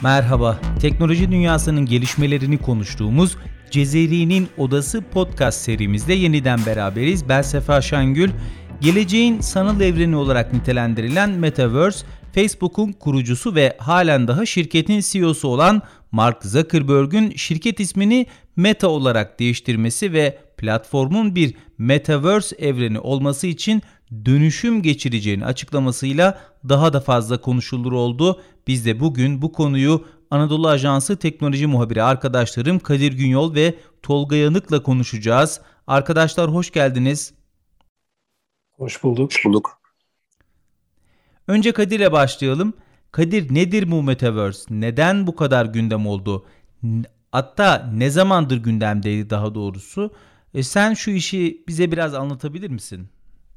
Merhaba, teknoloji dünyasının gelişmelerini konuştuğumuz Cezeri'nin Odası podcast serimizde yeniden beraberiz. Ben Sefa Şengül. Geleceğin sanal evreni olarak nitelendirilen Metaverse, Facebook'un kurucusu ve halen daha şirketin CEO'su olan Mark Zuckerberg'ün şirket ismini Meta olarak değiştirmesi ve platformun bir Metaverse evreni olması için dönüşüm geçireceğini açıklamasıyla daha da fazla konuşulur oldu. Biz de bugün bu konuyu Anadolu Ajansı teknoloji muhabiri arkadaşlarım Kadir Günyol ve Tolga Yanık'la konuşacağız. Arkadaşlar hoş geldiniz. Hoş bulduk. Hoş bulduk. Önce Kadir'le başlayalım. Kadir, nedir bu Metaverse? Neden bu kadar gündem oldu? Hatta ne zamandır gündemdeydi daha doğrusu? Sen şu işi bize biraz anlatabilir misin?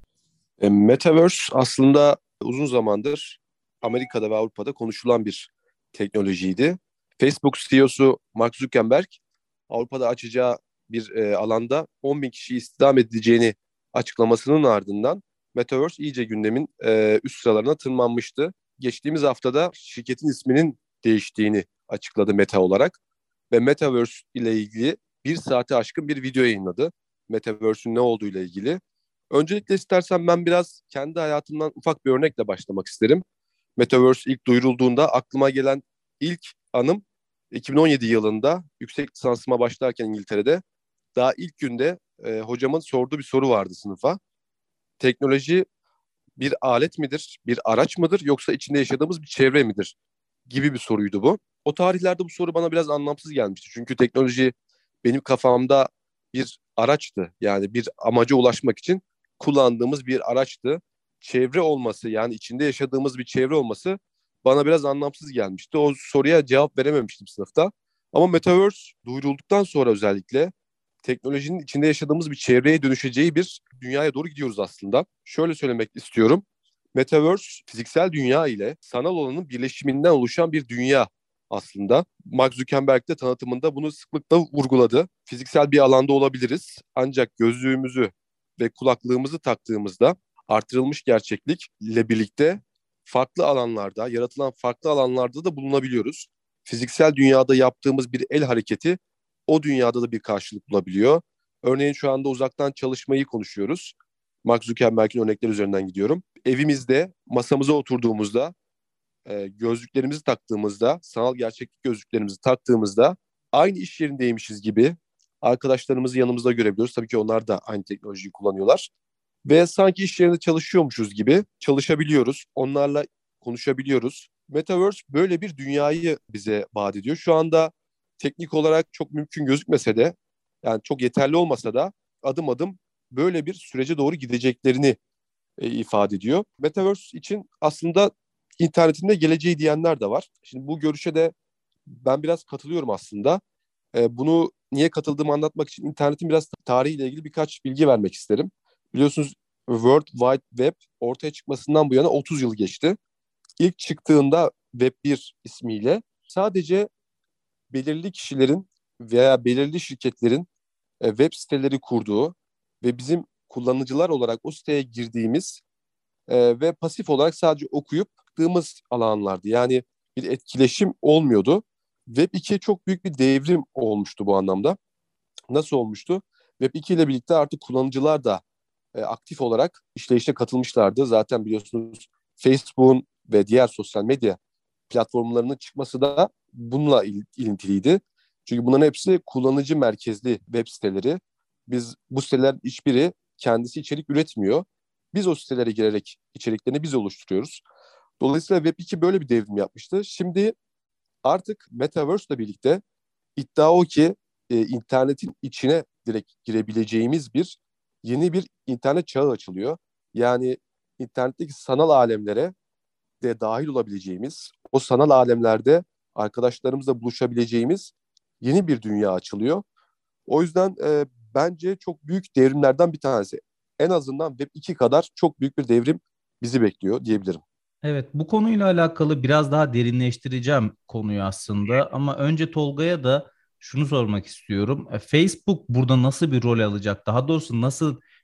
Metaverse aslında uzun zamandır Amerika'da ve Avrupa'da konuşulan bir teknolojiydi. Facebook CEO'su Mark Zuckerberg Avrupa'da açacağı bir alanda 10 bin kişiyi istihdam edileceğini açıklamasının ardından Metaverse iyice gündemin üst sıralarına tırmanmıştı. Geçtiğimiz haftada şirketin isminin değiştiğini açıkladı Meta olarak ve Metaverse ile ilgili bir saate aşkın bir video yayınladı. Metaverse'ün ne olduğu ile ilgili. Öncelikle istersen ben biraz kendi hayatımdan ufak bir örnekle başlamak isterim. Metaverse ilk duyurulduğunda aklıma gelen ilk anım 2017 yılında yüksek lisansıma başlarken İngiltere'de daha ilk günde hocamın sorduğu bir soru vardı sınıfa. Teknoloji bir alet midir, bir araç mıdır yoksa içinde yaşadığımız bir çevre midir gibi bir soruydu bu. O tarihlerde bu soru bana biraz anlamsız gelmişti. Çünkü teknoloji benim kafamda bir araçtı. Yani bir amaca ulaşmak için kullandığımız bir araçtı. Çevre olması, yani içinde yaşadığımız bir çevre olması bana biraz anlamsız gelmişti. O soruya cevap verememiştim sınıfta. Ama Metaverse duyurulduktan sonra özellikle teknolojinin içinde yaşadığımız bir çevreye dönüşeceği bir dünyaya doğru gidiyoruz aslında. Şöyle söylemek istiyorum. Metaverse fiziksel dünya ile sanal olanın birleşiminden oluşan bir dünya aslında. Mark Zuckerberg de tanıtımında bunu sıklıkla vurguladı. Fiziksel bir alanda olabiliriz ancak gözlüğümüzü ve kulaklığımızı taktığımızda artırılmış gerçeklikle birlikte farklı alanlarda, yaratılan farklı alanlarda da bulunabiliyoruz. Fiziksel dünyada yaptığımız bir el hareketi o dünyada da bir karşılık bulabiliyor. Örneğin şu anda uzaktan çalışmayı konuşuyoruz. Mark Zuckerberg'in örnekleri üzerinden gidiyorum. Evimizde masamıza oturduğumuzda gözlüklerimizi taktığımızda, sanal gerçeklik gözlüklerimizi taktığımızda aynı iş yerindeymişiz gibi arkadaşlarımızı yanımızda görebiliyoruz. Tabii ki onlar da aynı teknolojiyi kullanıyorlar. Ve sanki iş yerinde çalışıyormuşuz gibi çalışabiliyoruz. Onlarla konuşabiliyoruz. Metaverse böyle bir dünyayı bize vaat ediyor. Şu anda teknik olarak çok mümkün gözükmese de, yani çok yeterli olmasa da adım adım böyle bir sürece doğru gideceklerini ifade ediyor. Metaverse için aslında internetinde geleceği diyenler de var. Şimdi bu görüşe de ben biraz katılıyorum aslında. Bunu niye katıldığımı anlatmak için internetin biraz tarihiyle ilgili birkaç bilgi vermek isterim. Biliyorsunuz World Wide Web ortaya çıkmasından bu yana 30 yıl geçti. İlk çıktığında Web 1 ismiyle sadece belirli kişilerin veya belirli şirketlerin web siteleri kurduğu ve bizim kullanıcılar olarak o siteye girdiğimiz ve pasif olarak sadece okuyup baktığımız alanlardı. Yani bir etkileşim olmuyordu. Web 2 çok büyük bir devrim olmuştu bu anlamda. Nasıl olmuştu? Web 2 ile birlikte artık kullanıcılar da aktif olarak işleyişe katılmışlardı. Zaten biliyorsunuz Facebook'un ve diğer sosyal medya platformlarının çıkması da bununla ilintiliydi. Çünkü bunların hepsi kullanıcı merkezli web siteleri. Bu siteler hiçbiri kendisi içerik üretmiyor. Biz o sitelere girerek içeriklerini biz oluşturuyoruz. Dolayısıyla Web 2 böyle bir devrim yapmıştı. Şimdi artık Metaverse ile birlikte iddia o ki internetin içine direkt girebileceğimiz yeni bir internet çağı açılıyor. Yani internetteki sanal alemlere de dahil olabileceğimiz, o sanal alemlerde arkadaşlarımızla buluşabileceğimiz yeni bir dünya açılıyor. O yüzden bence çok büyük devrimlerden bir tanesi. En azından Web 2 kadar çok büyük bir devrim bizi bekliyor diyebilirim. Evet, bu konuyla alakalı biraz daha derinleştireceğim konuyu aslında ama önce Tolga'ya da şunu sormak istiyorum. Facebook burada nasıl bir rol alacak? Daha doğrusu nasıl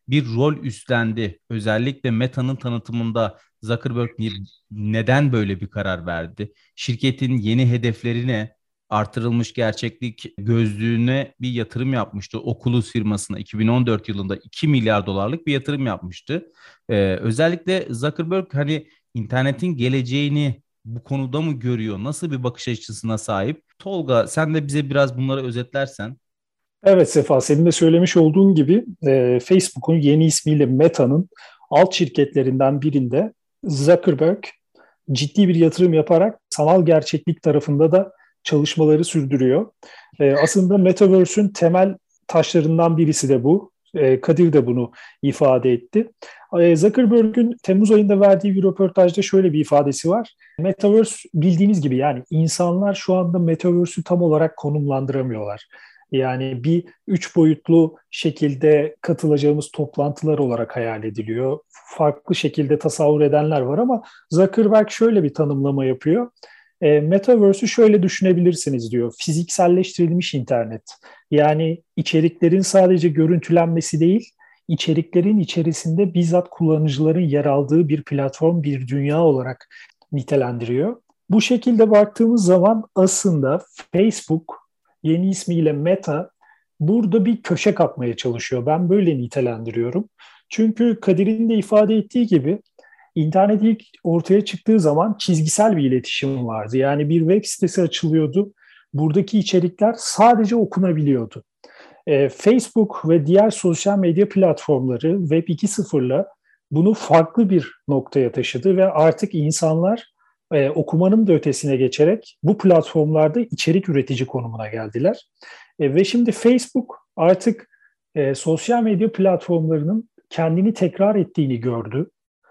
bir rol üstlendi. Özellikle Meta'nın tanıtımında Zuckerberg neden böyle bir karar verdi? Şirketin yeni hedeflerine, artırılmış gerçeklik gözlüğüne bir yatırım yapmıştı. Oculus firmasına 2014 yılında 2 milyar dolarlık bir yatırım yapmıştı. Özellikle Zuckerberg hani internetin geleceğini bu konuda mı görüyor? Nasıl bir bakış açısına sahip? Tolga, sen de bize biraz bunları özetlersen. Evet Sefa, senin de söylemiş olduğun gibi Facebook'un yeni ismiyle Meta'nın alt şirketlerinden birinde Zuckerberg ciddi bir yatırım yaparak sanal gerçeklik tarafında da çalışmaları sürdürüyor. Aslında Metaverse'ün temel taşlarından birisi de bu. Kadir de bunu ifade etti. Zuckerberg'ün Temmuz ayında verdiği bir röportajda şöyle bir ifadesi var. Metaverse bildiğiniz gibi, yani insanlar şu anda Metaverse'ü tam olarak konumlandıramıyorlar. Yani bir üç boyutlu şekilde katılacağımız toplantılar olarak hayal ediliyor. Farklı şekilde tasavvur edenler var ama Zuckerberg şöyle bir tanımlama yapıyor. Metaverse'ü şöyle düşünebilirsiniz diyor. Fizikselleştirilmiş internet. Yani içeriklerin sadece görüntülenmesi değil, içeriklerin içerisinde bizzat kullanıcıların yer aldığı bir platform, bir dünya olarak nitelendiriyor. Bu şekilde baktığımız zaman aslında Facebook, yeni ismiyle Meta, burada bir köşe kapmaya çalışıyor. Ben böyle nitelendiriyorum. Çünkü Kadir'in de ifade ettiği gibi İnternet ilk ortaya çıktığı zaman çizgisel bir iletişim vardı. Yani bir web sitesi açılıyordu. Buradaki içerikler sadece okunabiliyordu. Facebook ve diğer sosyal medya platformları Web 2.0'la bunu farklı bir noktaya taşıdı ve artık insanlar okumanın da ötesine geçerek bu platformlarda içerik üretici konumuna geldiler. Ve şimdi Facebook artık sosyal medya platformlarının kendini tekrar ettiğini gördü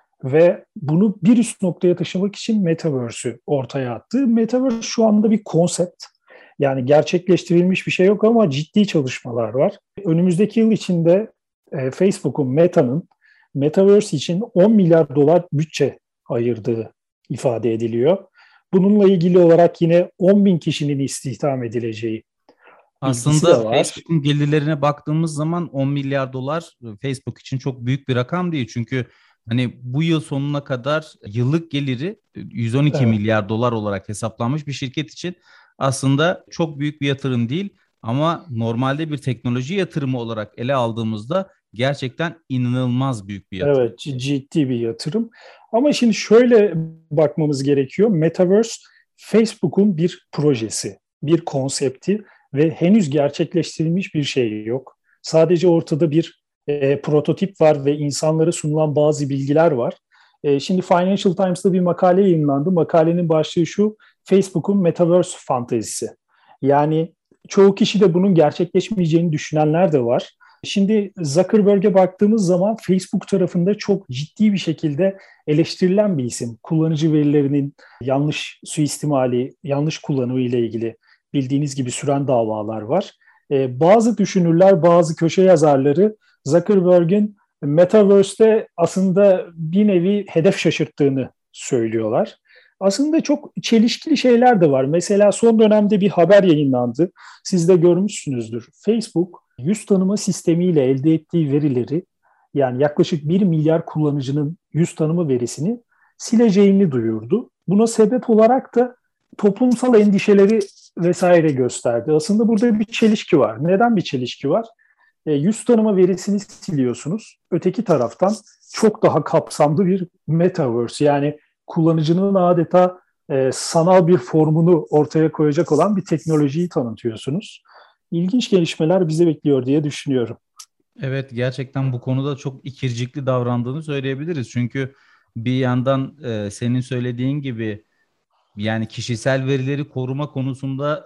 ve bunu bir üst noktaya taşımak için Metaverse'ü ortaya attı. Metaverse şu anda bir konsept. Yani gerçekleştirilmiş bir şey yok ama ciddi çalışmalar var. Önümüzdeki yıl içinde Facebook'un, Meta'nın Metaverse için 10 milyar dolar bütçe ayırdığı ifade ediliyor. Bununla ilgili olarak yine 10 bin kişinin istihdam edileceği bilgisi Aslında de var. Facebook'un gelirlerine baktığımız zaman 10 milyar dolar Facebook için çok büyük bir rakam değil. Çünkü hani bu yıl sonuna kadar yıllık geliri 112 Evet. milyar dolar olarak hesaplanmış bir şirket için aslında çok büyük bir yatırım değil. Ama normalde bir teknoloji yatırımı olarak ele aldığımızda gerçekten inanılmaz büyük bir yatırım. Evet, ciddi bir yatırım. Ama şimdi şöyle bakmamız gerekiyor. Metaverse, Facebook'un bir projesi, bir konsepti ve henüz gerçekleştirilmiş bir şey yok. Sadece ortada bir prototip var ve insanlara sunulan bazı bilgiler var. Şimdi Financial Times'ta bir makale yayınlandı. Makalenin başlığı şu: Facebook'un Metaverse fantezisi. Yani çoğu kişi de bunun gerçekleşmeyeceğini düşünenler de var. Şimdi Zuckerberg'e baktığımız zaman Facebook tarafında çok ciddi bir şekilde eleştirilen bir isim. Kullanıcı verilerinin yanlış suistimali, yanlış kullanımı ile ilgili bildiğiniz gibi süren davalar var. Bazı düşünürler, bazı köşe yazarları Zuckerberg'in Metaverse'te aslında bir nevi hedef şaşırttığını söylüyorlar. Aslında çok çelişkili şeyler de var. Mesela son dönemde bir haber yayınlandı. Siz de görmüşsünüzdür. Facebook yüz tanıma sistemiyle elde ettiği verileri, yani yaklaşık 1 milyar kullanıcının yüz tanıma verisini sileceğini duyurdu. Buna sebep olarak da toplumsal endişeleri vesaire gösterdi. Aslında burada bir çelişki var. Neden bir çelişki var? Yüz tanıma verisini siliyorsunuz. Öteki taraftan çok daha kapsamlı bir metaverse, yani kullanıcının adeta sanal bir formunu ortaya koyacak olan bir teknolojiyi tanıtıyorsunuz. İlginç gelişmeler bizi bekliyor diye düşünüyorum. Evet, gerçekten bu konuda çok ikircikli davrandığını söyleyebiliriz. Çünkü bir yandan senin söylediğin gibi yani kişisel verileri koruma konusunda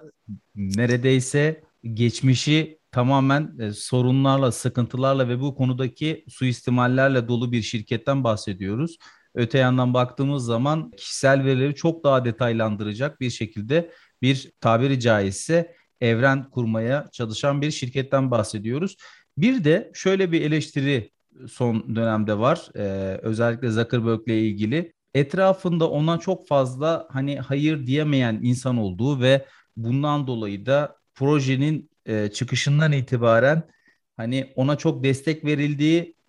neredeyse geçmişi tamamen sorunlarla, sıkıntılarla ve bu konudaki suistimallerle dolu bir şirketten bahsediyoruz. Öte yandan baktığımız zaman kişisel verileri çok daha detaylandıracak bir şekilde bir tabiri caizse evren kurmaya çalışan bir şirketten bahsediyoruz. Bir de şöyle bir eleştiri son dönemde var. Özellikle Zuckerberg'le ilgili etrafında ona çok fazla hani hayır diyemeyen insan olduğu ve bundan dolayı da projenin çıkışından itibaren hani ona çok destek verildiği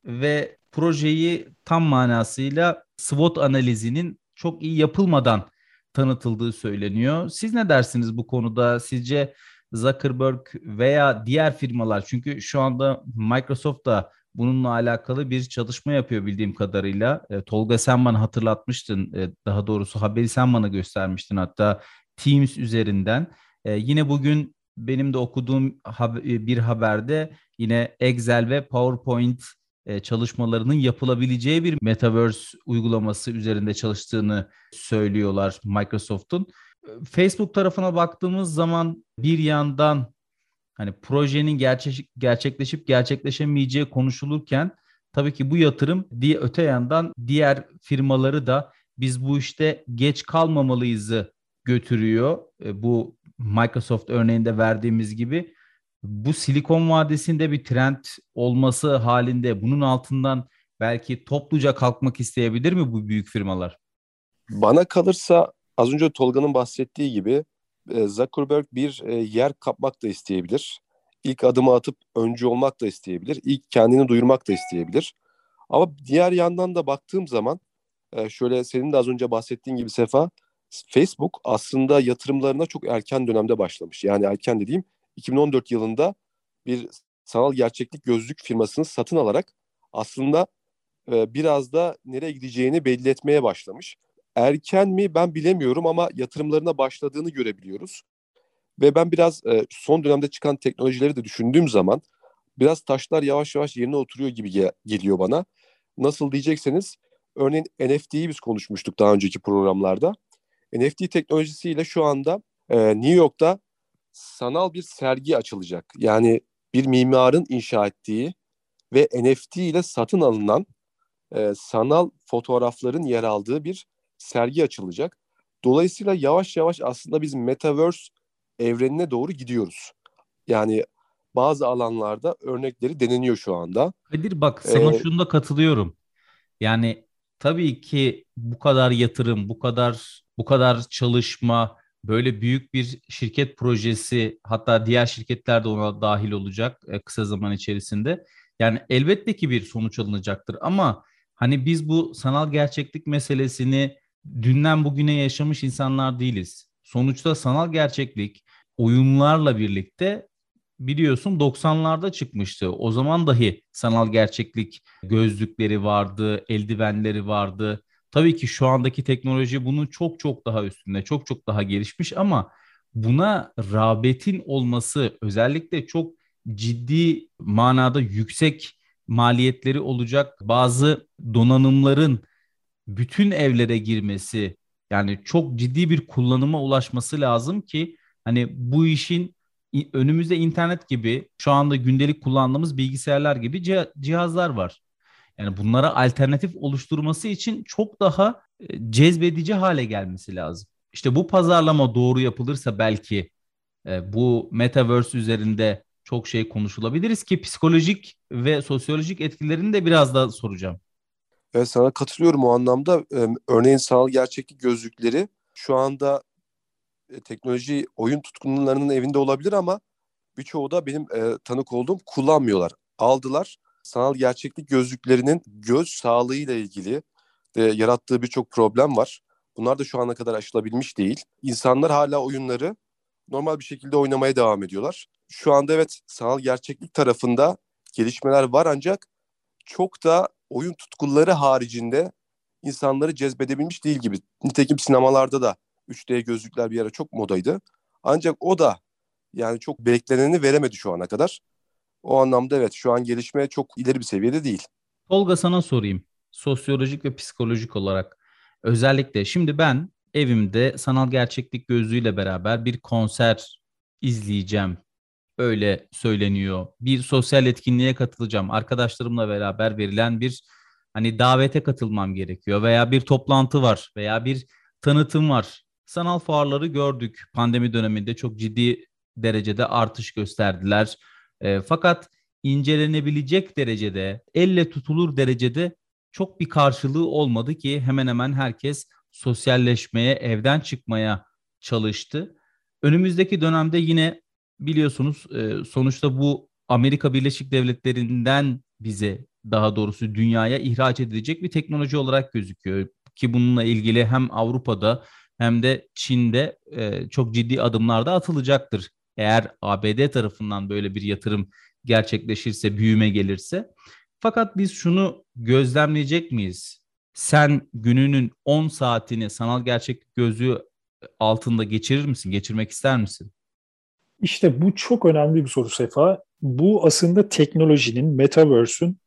ve projeyi tam manasıyla SWOT analizinin çok iyi yapılmadan tanıtıldığı söyleniyor. Siz ne dersiniz bu konuda? Sizce Zuckerberg veya diğer firmalar, çünkü şu anda Microsoft da bununla alakalı bir çalışma yapıyor bildiğim kadarıyla. Tolga, sen bana hatırlatmıştın. Daha doğrusu haberi sen bana göstermiştin hatta Teams üzerinden. Yine bugün benim de okuduğum bir haberde yine Excel ve PowerPoint çalışmalarının yapılabileceği bir Metaverse uygulaması üzerinde çalıştığını söylüyorlar Microsoft'un. Facebook tarafına baktığımız zaman bir yandan hani projenin gerçekleşip gerçekleşemeyeceği konuşulurken tabii ki bu yatırım diye öte yandan diğer firmaları da biz bu işte geç kalmamalıyızı götürüyor. Bu Microsoft örneğinde verdiğimiz gibi bu Silikon Vadisi'nde bir trend olması halinde bunun altından belki topluca kalkmak isteyebilir mi bu büyük firmalar? Bana kalırsa az önce Tolga'nın bahsettiği gibi Zuckerberg bir yer kapmak da isteyebilir. İlk adımı atıp öncü olmak da isteyebilir. İlk kendini duyurmak da isteyebilir. Ama diğer yandan da baktığım zaman şöyle senin de az önce bahsettiğin gibi Sefa, Facebook aslında yatırımlarına çok erken dönemde başlamış. Yani erken dediğim 2014 yılında bir sanal gerçeklik gözlük firmasını satın alarak aslında biraz da nereye gideceğini belli etmeye başlamış. Erken mi ben bilemiyorum ama yatırımlarına başladığını görebiliyoruz. Ve ben biraz son dönemde çıkan teknolojileri de düşündüğüm zaman biraz taşlar yavaş yavaş yerine oturuyor gibi geliyor bana. Nasıl diyecekseniz, örneğin NFT'yi biz konuşmuştuk daha önceki programlarda. NFT teknolojisiyle şu anda New York'ta sanal bir sergi açılacak. Yani bir mimarın inşa ettiği ve NFT ile satın alınan sanal fotoğrafların yer aldığı bir sergi açılacak. Dolayısıyla yavaş yavaş aslında biz Metaverse evrenine doğru gidiyoruz. Yani bazı alanlarda örnekleri deneniyor şu anda. Kadir, bak, sana E, şunu da katılıyorum. Yani tabii ki bu kadar yatırım, bu kadar çalışma, böyle büyük bir şirket projesi, hatta diğer şirketler de ona dahil olacak kısa zaman içerisinde. Yani elbette ki bir sonuç alınacaktır ama hani biz bu sanal gerçeklik meselesini dünden bugüne yaşamış insanlar değiliz. Sonuçta sanal gerçeklik oyunlarla birlikte biliyorsun 90'larda çıkmıştı. O zaman dahi sanal gerçeklik gözlükleri vardı, eldivenleri vardı. Tabii ki şu andaki teknoloji bunun çok çok daha üstünde, çok çok daha gelişmiş ama buna rağbetin olması, özellikle çok ciddi manada yüksek maliyetleri olacak bazı donanımların bütün evlere girmesi, yani çok ciddi bir kullanıma ulaşması lazım ki hani bu işin önümüzde internet gibi şu anda gündelik kullandığımız bilgisayarlar gibi cihazlar var. Yani bunlara alternatif oluşturması için çok daha cezbedici hale gelmesi lazım. İşte bu pazarlama doğru yapılırsa belki bu Metaverse üzerinde çok şey konuşulabiliriz ki psikolojik ve sosyolojik etkilerini de biraz daha soracağım. Evet, sana katılıyorum o anlamda. Örneğin sanal gerçeklik gözlükleri şu anda teknoloji oyun tutkunlarının evinde olabilir ama birçoğu da benim tanık olduğum kullanmıyorlar. Aldılar. Sanal gerçeklik gözlüklerinin göz sağlığıyla ilgili yarattığı birçok problem var. Bunlar da şu ana kadar aşılabilmiş değil. İnsanlar hala oyunları normal bir şekilde oynamaya devam ediyorlar. Şu anda evet, sanal gerçeklik tarafında gelişmeler var ancak çok da oyun tutkuları haricinde insanları cezbedebilmiş değil gibi. Nitekim sinemalarda da 3D gözlükler bir ara çok modaydı. Ancak o da yani çok bekleneni veremedi şu ana kadar. O anlamda evet, şu an gelişme çok ileri bir seviyede değil. Tolga, sana sorayım. Sosyolojik ve psikolojik olarak özellikle şimdi ben evimde sanal gerçeklik gözlüğüyle beraber bir konser izleyeceğim. Öyle söyleniyor. Bir sosyal etkinliğe katılacağım. Arkadaşlarımla beraber verilen bir hani davete katılmam gerekiyor veya bir toplantı var veya bir tanıtım var. Sanal fuarları gördük. Pandemi döneminde çok ciddi derecede artış gösterdiler. Fakat incelenebilecek derecede, elle tutulur derecede çok bir karşılığı olmadı ki hemen hemen herkes sosyalleşmeye, evden çıkmaya çalıştı. Önümüzdeki dönemde yine biliyorsunuz sonuçta bu Amerika Birleşik Devletleri'nden bize daha doğrusu dünyaya ihraç edilecek bir teknoloji olarak gözüküyor. Ki bununla ilgili hem Avrupa'da hem de Çin'de çok ciddi adımlar da atılacaktır. Eğer ABD tarafından böyle bir yatırım gerçekleşirse, büyüme gelirse. Fakat biz şunu gözlemleyecek miyiz? Sen gününün 10 saatini sanal gerçeklik gözlüğü altında geçirir misin? Geçirmek ister misin? İşte bu çok önemli bir soru Sefa. Bu aslında teknolojinin, metaverse'ün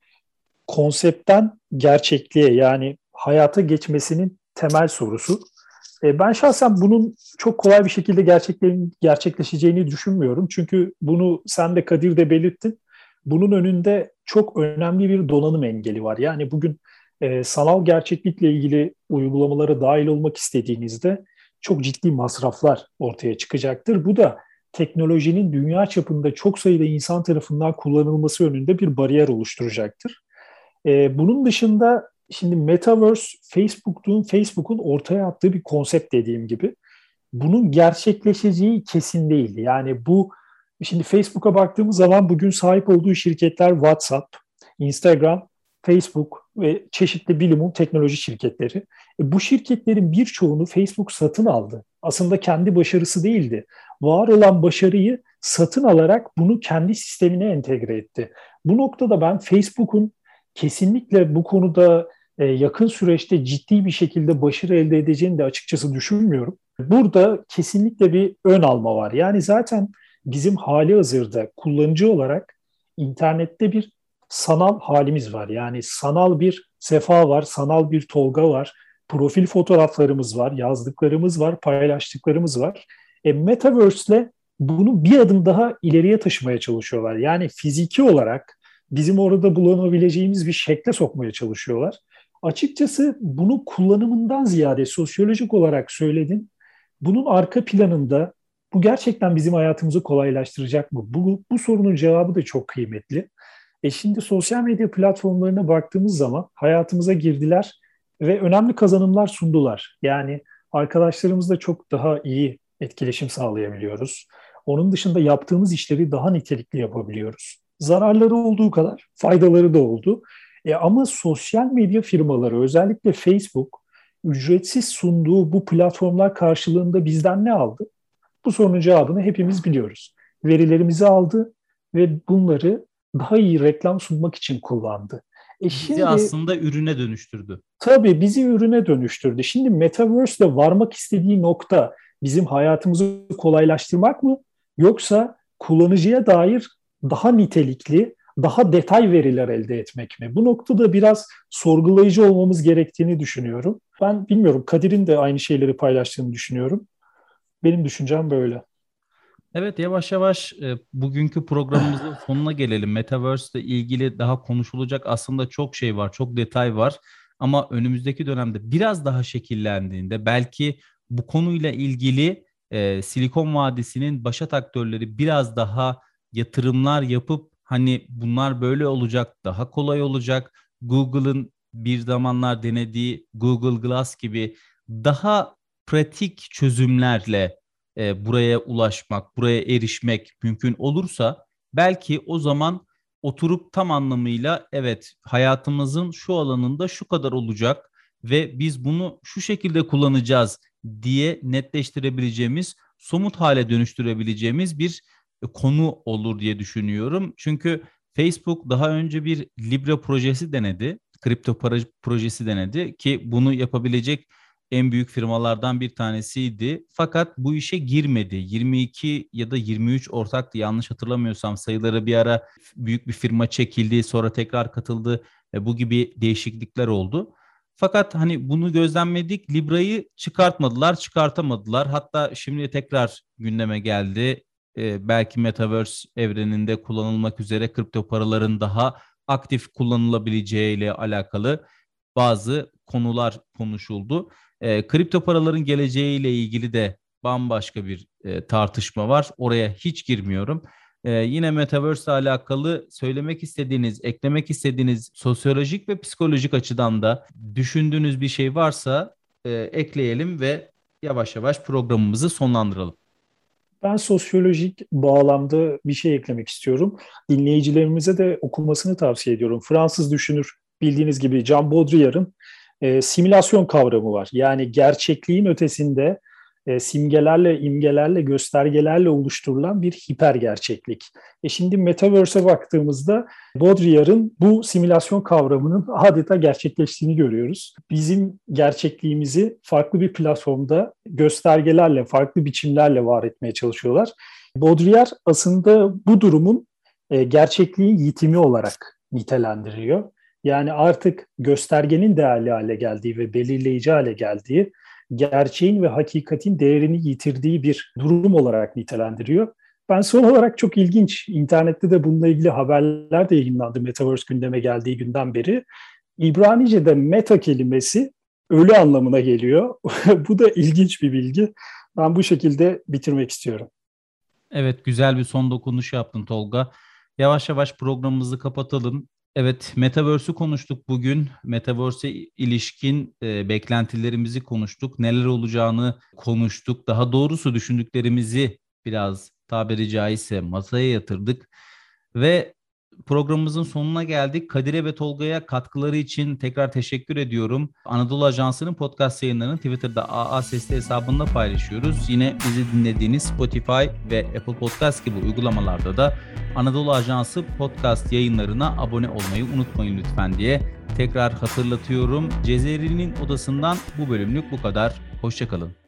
konseptten gerçekliğe yani hayata geçmesinin temel sorusu. Ben şahsen bunun çok kolay bir şekilde gerçekleşeceğini düşünmüyorum. Çünkü bunu sen de Kadir de belirttin. Bunun önünde çok önemli bir donanım engeli var. Yani bugün sanal gerçeklikle ilgili uygulamalara dahil olmak istediğinizde çok ciddi masraflar ortaya çıkacaktır. Bu da teknolojinin dünya çapında çok sayıda insan tarafından kullanılması önünde bir bariyer oluşturacaktır. Bunun dışında şimdi Metaverse Facebook'un ortaya attığı bir konsept dediğim gibi. Bunun gerçekleşeceği kesin değil. Yani bu şimdi Facebook'a baktığımız zaman bugün sahip olduğu şirketler WhatsApp, Instagram, Facebook ve çeşitli bilimum teknoloji şirketleri. Bu şirketlerin birçoğunu Facebook satın aldı. Aslında kendi başarısı değildi. Var olan başarıyı satın alarak bunu kendi sistemine entegre etti. Bu noktada ben Facebook'un kesinlikle bu konuda yakın süreçte ciddi bir şekilde başarı elde edeceğini de açıkçası düşünmüyorum. Burada kesinlikle bir ön alma var. Yani zaten bizim hali hazırda kullanıcı olarak internette bir sanal halimiz var. Yani sanal bir Sefa var, sanal bir Tolga var, profil fotoğraflarımız var, yazdıklarımız var, paylaştıklarımız var. Metaverse'le bunu bir adım daha ileriye taşımaya çalışıyorlar. Yani fiziki olarak bizim orada bulunabileceğimiz bir şekle sokmaya çalışıyorlar. Açıkçası bunu kullanımından ziyade sosyolojik olarak söyledin. Bunun arka planında bu gerçekten bizim hayatımızı kolaylaştıracak mı? Bu sorunun cevabı da çok kıymetli. Şimdi sosyal medya platformlarına baktığımız zaman hayatımıza girdiler ve önemli kazanımlar sundular. Yani arkadaşlarımızla çok daha iyi etkileşim sağlayabiliyoruz. Onun dışında yaptığımız işleri daha nitelikli yapabiliyoruz. Zararları olduğu kadar faydaları da oldu. Ama sosyal medya firmaları özellikle Facebook ücretsiz sunduğu bu platformlar karşılığında bizden ne aldı? Bu sorunun cevabını hepimiz biliyoruz. Verilerimizi aldı ve bunları daha iyi reklam sunmak için kullandı. Bizi Şimdi aslında ürüne dönüştürdü. tabii bizi ürüne dönüştürdü. Şimdi Metaverse'de varmak istediği nokta bizim hayatımızı kolaylaştırmak mı? Yoksa kullanıcıya dair daha nitelikli, daha detay veriler elde etmek mi? Bu noktada biraz sorgulayıcı olmamız gerektiğini düşünüyorum. Ben bilmiyorum, Kadir'in de aynı şeyleri paylaştığını düşünüyorum. Benim düşüncem böyle. Evet, yavaş yavaş bugünkü programımızın sonuna gelelim. Metaverse ile ilgili daha konuşulacak aslında çok şey var, çok detay var. Ama önümüzdeki dönemde biraz daha şekillendiğinde belki bu konuyla ilgili Silikon Vadisi'nin başat aktörleri biraz daha yatırımlar yapıp hani bunlar böyle olacak, daha kolay olacak. Google'ın bir zamanlar denediği Google Glass gibi daha pratik çözümlerle buraya ulaşmak, buraya erişmek mümkün olursa belki o zaman oturup tam anlamıyla evet hayatımızın şu alanında şu kadar olacak ve biz bunu şu şekilde kullanacağız diye netleştirebileceğimiz, somut hale dönüştürebileceğimiz bir konu olur diye düşünüyorum. Çünkü Facebook daha önce bir Libra projesi denedi, kripto para projesi denedi ki bunu yapabilecek en büyük firmalardan bir tanesiydi. Fakat bu işe girmedi. 22 ya da 23 ortaktı yanlış hatırlamıyorsam, sayıları bir ara büyük bir firma çekildi, sonra tekrar katıldı. Bu gibi değişiklikler oldu. Fakat hani bunu gözlemledik. Libra'yı çıkartmadılar, çıkartamadılar. Hatta şimdi tekrar gündeme geldi. Belki Metaverse evreninde kullanılmak üzere kripto paraların daha aktif kullanılabileceği ile alakalı bazı konular konuşuldu. Kripto paraların geleceğiyle ilgili de bambaşka bir tartışma var. Oraya hiç girmiyorum. Yine Metaverse ile alakalı söylemek istediğiniz, eklemek istediğiniz sosyolojik ve psikolojik açıdan da düşündüğünüz bir şey varsa ekleyelim ve yavaş yavaş programımızı sonlandıralım. Ben sosyolojik bağlamda bir şey eklemek istiyorum. Dinleyicilerimize de okumasını tavsiye ediyorum. Fransız düşünür, bildiğiniz gibi Jean Baudrillard'ın simülasyon kavramı var. Yani gerçekliğin ötesinde simgelerle, imgelerle, göstergelerle oluşturulan bir hiper gerçeklik. Şimdi Metaverse'e baktığımızda Baudrillard'ın bu simülasyon kavramının adeta gerçekleştiğini görüyoruz. Bizim gerçekliğimizi farklı bir platformda göstergelerle, farklı biçimlerle var etmeye çalışıyorlar. Baudrillard aslında bu durumun gerçekliğin yitimi olarak nitelendiriyor. Yani artık göstergenin değerli hale geldiği ve belirleyici hale geldiği, gerçeğin ve hakikatin değerini yitirdiği bir durum olarak nitelendiriyor. Ben son olarak çok ilginç, internette de bununla ilgili haberler de yayınlandı Metaverse gündeme geldiği günden beri. İbranice'de meta kelimesi ölü anlamına geliyor. Bu da ilginç bir bilgi. Ben bu şekilde bitirmek istiyorum. Evet, güzel bir son dokunuş yaptın Tolga. Yavaş yavaş programımızı kapatalım. Evet, Metaverse'ü konuştuk bugün. Metaverse'e ilişkin beklentilerimizi konuştuk. Neler olacağını konuştuk. Daha doğrusu düşündüklerimizi biraz tabiri caizse masaya yatırdık. Ve programımızın sonuna geldik. Kadir'e ve Tolga'ya katkıları için tekrar teşekkür ediyorum. Anadolu Ajansı'nın podcast yayınlarını Twitter'da AA Sesli hesabında paylaşıyoruz. Yine bizi dinlediğiniz Spotify ve Apple Podcast gibi uygulamalarda da Anadolu Ajansı podcast yayınlarına abone olmayı unutmayın lütfen diye tekrar hatırlatıyorum. Cezeri'nin odasından bu bölümlük bu kadar. Hoşça kalın.